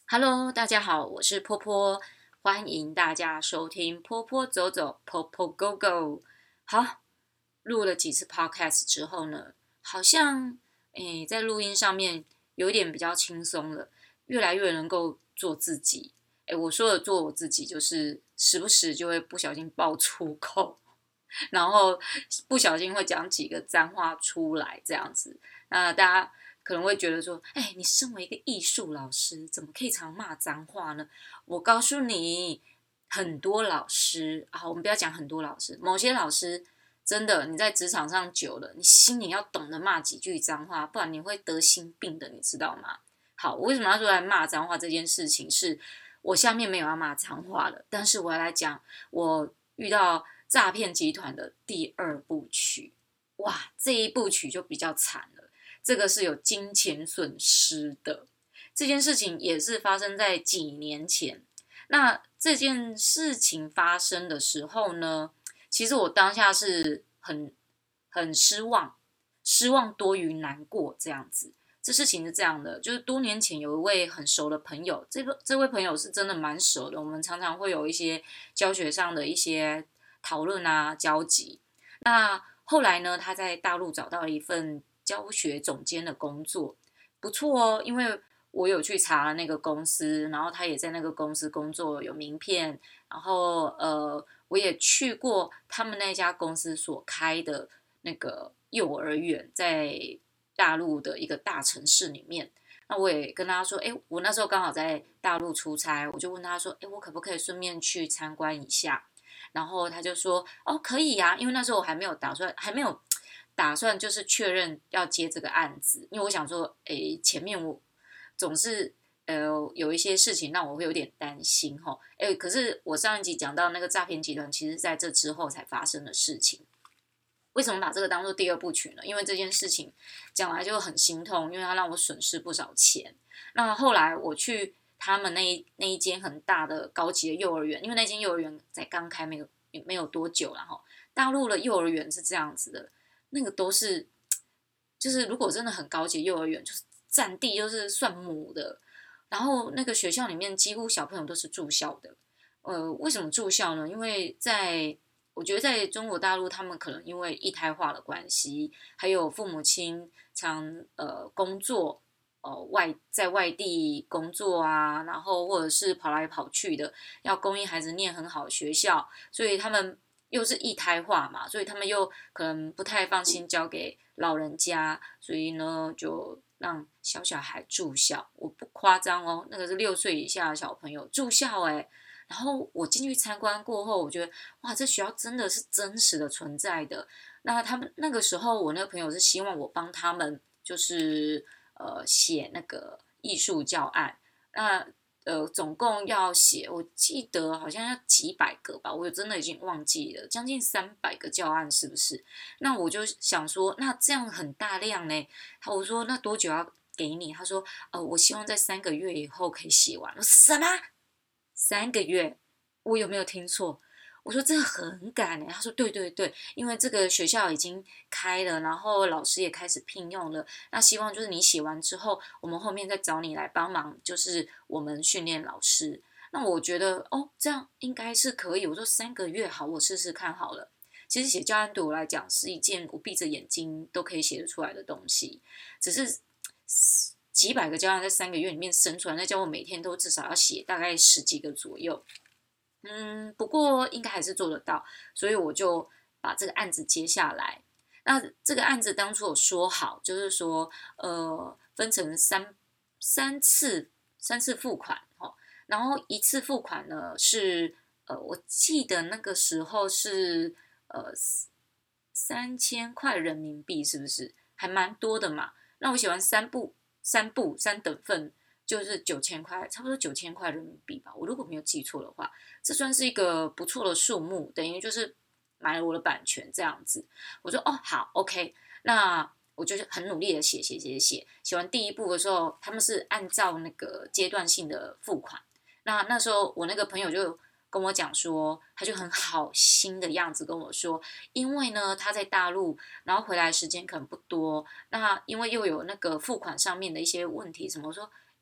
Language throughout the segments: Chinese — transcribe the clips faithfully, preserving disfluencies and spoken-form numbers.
Hello，大家好，我是波波，欢迎大家收听波波走走，波波 Go Go。好，录了几次 Podcast 之后呢，好像诶在录音上面有一点比较轻松了，越来越能够做自己。诶，我说的做我自己，就是时不时就会不小心爆粗口，然后不小心会讲几个脏话出来，这样子。那大家可能会觉得说，哎，你身为一个艺术老师，怎么可以常骂脏话呢？我告诉你，很多老师啊，我们不要讲很多老师，某些老师真的你在职场上久了，你心里要懂得骂几句脏话，不然你会得心病的，你知道吗？好，我为什么要说来骂脏话这件事情是？我下面没有要骂脏话了，但是我要来讲我遇到诈骗集团的第二部曲。哇，这一部曲就比较惨了，这个是有金钱损失的。这件事情也是发生在几年前。那这件事情发生的时候呢，其实我当下是很很失望，失望多于难过这样子。这事情是这样的，就是多年前有一位很熟的朋友，这个这位朋友是真的蛮熟的，我们常常会有一些教学上的一些讨论啊、交集。那后来呢，他在大陆找到了一份教学总监的工作，不错哦，因为我有去查了那个公司，然后他也在那个公司工作，有名片，然后呃，我也去过他们那家公司所开的那个幼儿园，在大陆的一个大城市里面。那我也跟他说，哎，我那时候刚好在大陆出差，我就问他说，哎，我可不可以顺便去参观一下？然后他就说，哦，可以呀、啊，因为那时候我还没有打算，还没有打算就是确认要接这个案子，因为我想说，哎，前面我总是呃有一些事情让我会有点担心哈，哎，可是我上一集讲到那个诈骗集团，其实在这之后才发生的事情。为什么把这个当做第二部曲呢？因为这件事情讲来就很心痛，因为它让我损失不少钱。那后来我去他们那一那一间很大的高级的幼儿园，因为那间幼儿园才刚开没有没有多久，然后大陆的幼儿园是这样子的，那个都是就是如果真的很高级的幼儿园，就是占地就是算亩的，然后那个学校里面几乎小朋友都是住校的。呃，为什么住校呢？因为在我觉得在中国大陆，他们可能因为一胎化的关系，还有父母亲常呃工作，呃外在外地工作啊，然后或者是跑来跑去的，要供应孩子念很好的学校，所以他们又是一胎化嘛，所以他们又可能不太放心交给老人家，所以呢就让小小孩住校。我不夸张哦，那个是六岁以下的小朋友住校哎。然后我进去参观过后，我觉得哇，这学校真的是真实的存在的。那他们那个时候，我那个朋友是希望我帮他们，就是呃写那个艺术教案。那呃总共要写，我记得好像要几百个吧，我真的已经忘记了，将近三百个教案是不是？那我就想说，那这样很大量呢。他我说那多久要给你？他说呃我希望在三个月以后可以写完。我说什么？三个月，我有没有听错？我说这很赶哎，他说对对对，因为这个学校已经开了，然后老师也开始聘用了，那希望就是你写完之后，我们后面再找你来帮忙，就是我们训练老师。那我觉得哦，这样应该是可以。我说三个月好，我试试看好了。其实写教案对我来讲是一件我闭着眼睛都可以写得出来的东西，只是几百个教案在三个月里面生出来，那叫我每天都至少要写大概十几个左右。嗯，不过应该还是做得到，所以我就把这个案子接下来。那这个案子当初有说好，就是说，呃，分成三三次三次付款哦，然后一次付款呢是，呃，我记得那个时候是呃三千块人民币，是不是？还蛮多的嘛。那我写完三步三步三等份就是九千块，差不多九千块人民币吧。我如果没有记错的话，这算是一个不错的数目，等于就是买了我的版权这样子。我说哦好 OK，那我就很努力的写写写写，写完第一步的时候，他们是按照那个阶段性的付款。那那时候我那个朋友就跟我讲说，他就很好心的样子跟我说，因为呢他在大陆，然后回来时间可能不多，那因为又有那个付款上面的一些问题什么，我说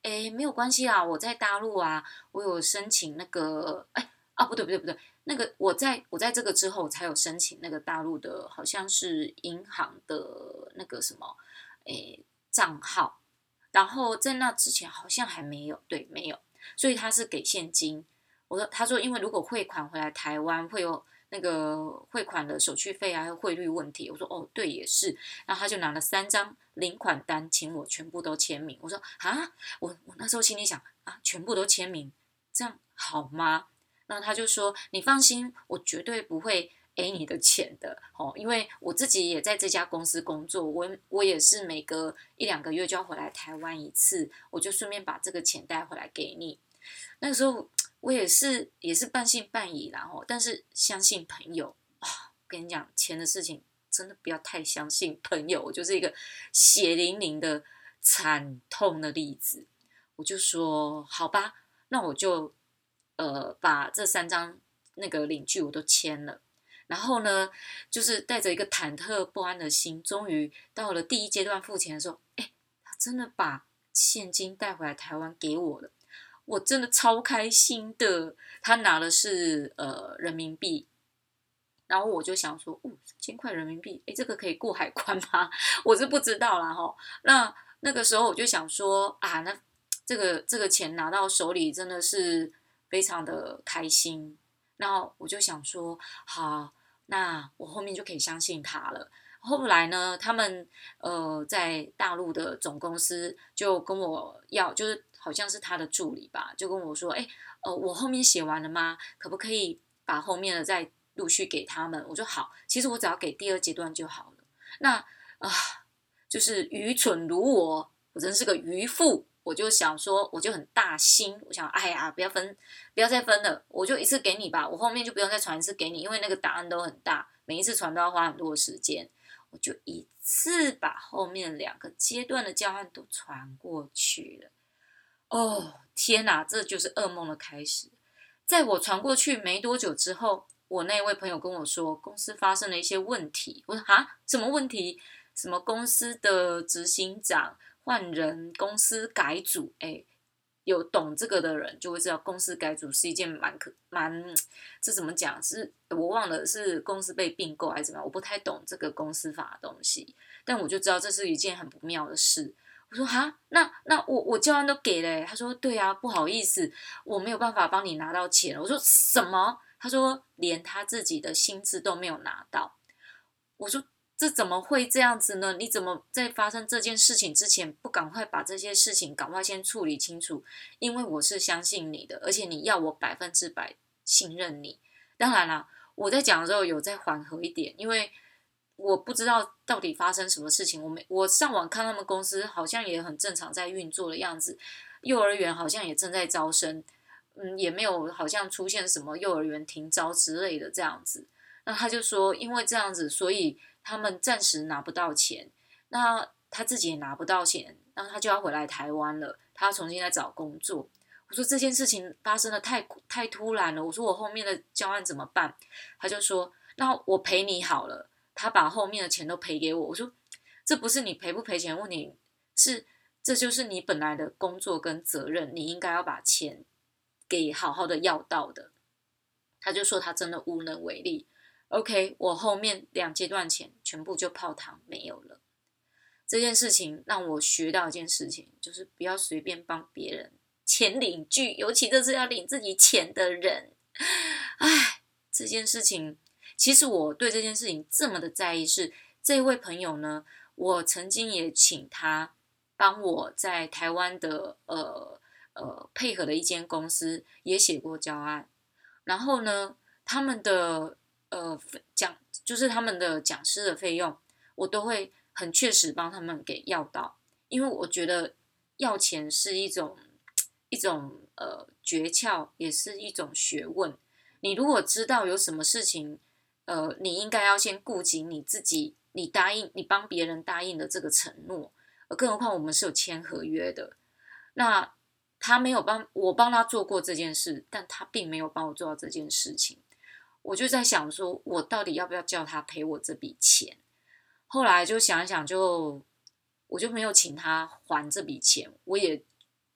诶，没有关系啦，我在大陆啊，我有申请那个，哎啊，不对不对不对，那个我在我在这个之后才有申请那个大陆的，好像是银行的那个什么，诶账号，然后在那之前好像还没有，对，没有，所以他是给现金。我说，他说因为如果汇款回来台湾会有那个汇款的手续费啊，还有汇率问题。我说哦，对，也是。然后他就拿了三张领款单，请我全部都签名。我说啊，我我那时候心里想啊，全部都签名，这样好吗？然后他就说你放心，我绝对不会给你的钱的哦，因为我自己也在这家公司工作，我我也是每隔一两个月就要回来台湾一次，我就顺便把这个钱带回来给你。那个时候我也是也是半信半疑啦吼，但是相信朋友啊。我跟你讲，钱的事情真的不要太相信朋友，我就是一个血淋淋的惨痛的例子。我就说好吧，那我就呃把这三张那个领据我都签了。然后呢，就是带着一个忐忑不安的心，终于到了第一阶段付钱的时候，哎，他真的把现金带回来台湾给我了。我真的超开心的。他拿的是呃人民币，然后我就想说，哦，三千块人民币，哎，这个可以过海关吗？我是不知道啦哈。那那个时候我就想说啊，那这个这个钱拿到手里真的是非常的开心。然后我就想说，好，那我后面就可以相信他了。后来呢，他们呃在大陆的总公司就跟我要，就是好像是他的助理吧，就跟我说，哎，呃，我后面写完了吗？可不可以把后面的再陆续给他们？我说好，其实我只要给第二阶段就好了。那啊、呃就是愚蠢如我，我真是个愚妇。我就想说，我就很大心，我想，哎呀，不要分，不要再分了，我就一次给你吧，我后面就不用再传一次给你，因为那个档案都很大，每一次传都要花很多的时间。我就一次把后面两个阶段的教案都传过去了。哦，天哪，这就是噩梦的开始。在我传过去没多久之后，我那位朋友跟我说，公司发生了一些问题。我说啊，什么问题？什么公司的执行长换人，公司改组？哎，有懂这个的人就会知道，公司改组是一件蛮可蛮，这怎么讲？是我忘了是公司被并购还是怎么样？我不太懂这个公司法的东西，但我就知道这是一件很不妙的事。我说哈，那那我我教案都给了欸。他说对啊，不好意思，我没有办法帮你拿到钱。我说什么？他说连他自己的薪资都没有拿到。我说这怎么会这样子呢？你怎么在发生这件事情之前不赶快把这些事情赶快先处理清楚？因为我是相信你的，而且你要我百分之百信任你。当然啦，我在讲的时候有在缓和一点，因为我不知道到底发生什么事情。我没我上网看他们公司好像也很正常在运作的样子，幼儿园好像也正在招生，嗯，也没有好像出现什么幼儿园停招之类的这样子。那他就说，因为这样子，所以他们暂时拿不到钱，那他自己也拿不到钱，那他就要回来台湾了，他要重新再找工作。我说这件事情发生的太太突然了，我说我后面的教案怎么办？他就说那我赔你好了。他把后面的钱都赔给我。我说这不是你赔不赔钱的问题，是这就是你本来的工作跟责任，你应该要把钱给好好的要到的。他就说他真的无能为力。OK， 我后面两阶段钱全部就泡汤没有了。这件事情让我学到一件事情，就是不要随便帮别人签领据，尤其这是要领自己钱的人。唉，这件事情其实我对这件事情这么的在意是，这位朋友呢，我曾经也请他帮我在台湾的呃呃配合的一间公司也写过教案。然后呢，他们的呃讲就是他们的讲师的费用，我都会很确实帮他们给要到，因为我觉得要钱是一种一种呃诀窍，也是一种学问。你如果知道有什么事情，呃，你应该要先顾及你自己，你答应你帮别人答应的这个承诺，呃，更何况我们是有签合约的。那他没有帮我帮他做过这件事，但他并没有帮我做到这件事情。我就在想说，我到底要不要叫他赔我这笔钱？后来就想一想就，我就没有请他还这笔钱，我也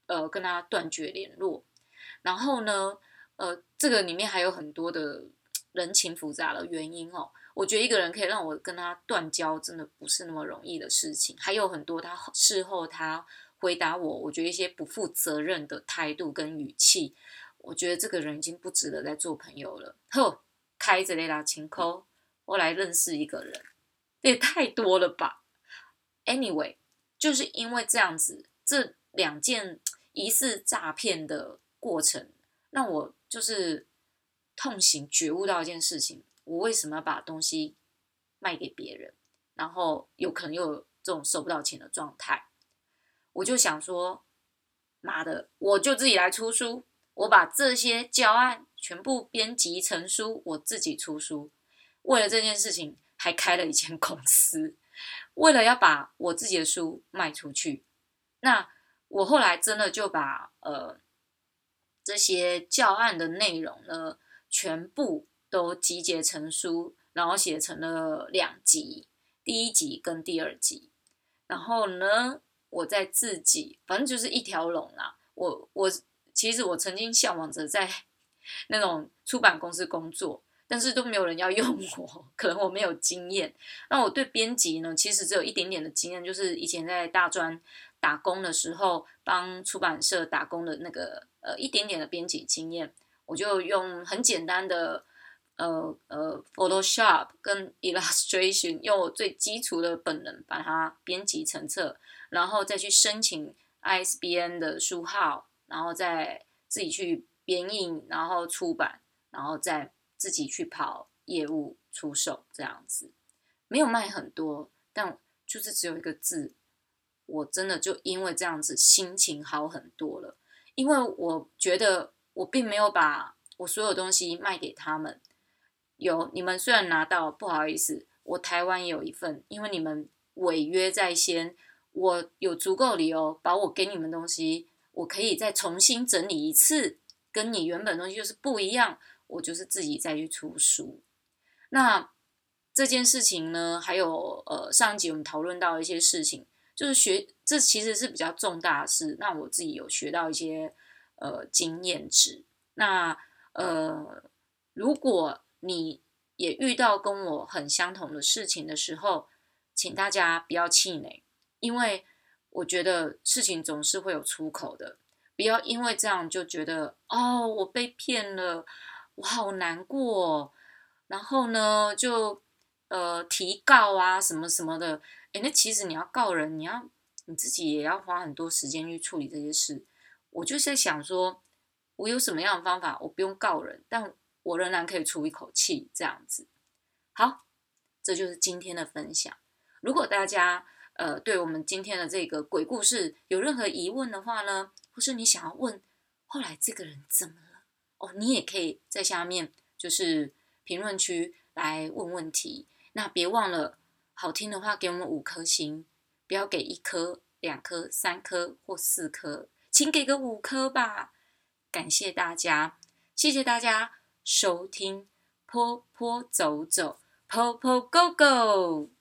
呃跟他断绝联络。然后呢，呃，这个里面还有很多的人情复杂的原因哦。我觉得一个人可以让我跟他断交，真的不是那么容易的事情。还有很多他事后他回答我，我觉得一些不负责任的态度跟语气，我觉得这个人已经不值得再做朋友了。呵，开着雷拉琴扣，我来认识一个人，这也太多了吧。Anyway， 就是因为这样子，这两件疑似诈骗的过程，让我就是痛醒觉悟到一件事情：我为什么要把东西卖给别人，然后有可能又有这种收不到钱的状态？我就想说，妈的，我就自己来出书，我把这些教案全部编辑成书，我自己出书。为了这件事情，还开了一间公司，为了要把我自己的书卖出去。那我后来真的就把呃这些教案的内容呢，全部都集结成书，然后写成了两集，第一集跟第二集。然后呢，我再自己，反正就是一条龙啦。我我其实我曾经向往着在那种出版公司工作，但是都没有人要用我，可能我没有经验。那我对编辑呢，其实只有一点点的经验，就是以前在大专打工的时候，帮出版社打工的那个呃一点点的编辑经验，我就用很简单的呃呃 Photoshop 跟 Illustration， 用我最基础的本能把它编辑成册，然后再去申请 I S B N 的书号，然后再自己去编印，然后出版，然后再自己去跑业务出售，这样子没有卖很多，但就是只有一个字，我真的就因为这样子心情好很多了。因为我觉得我并没有把我所有东西卖给他们，有你们虽然拿到，不好意思，我台湾也有一份，因为你们违约在先，我有足够理由把我给你们东西，我可以再重新整理一次，跟你原本东西就是不一样，我就是自己再去出书。那这件事情呢，还有呃上一集我们讨论到一些事情，就是学这其实是比较重大的事，那我自己有学到一些呃经验值。那呃如果你也遇到跟我很相同的事情的时候，请大家不要气馁，因为我觉得事情总是会有出口的，不要因为这样就觉得哦我被骗了，我好难过，然后呢就呃提告啊什么什么的。诶，那其实你要告人，你要你自己也要花很多时间去处理这些事。我就是在想说，我有什么样的方法，我不用告人，但我仍然可以出一口气，这样子。好，这就是今天的分享。如果大家呃对我们今天的这个鬼故事有任何疑问的话呢，或是你想要问后来这个人怎么了哦，你也可以在下面就是评论区来问问题。那别忘了，好听的话给我们五颗星，不要给一颗、两颗、三颗或四颗，请给个五颗吧。感谢大家，谢谢大家收听坡坡走走，坡坡 Go Go。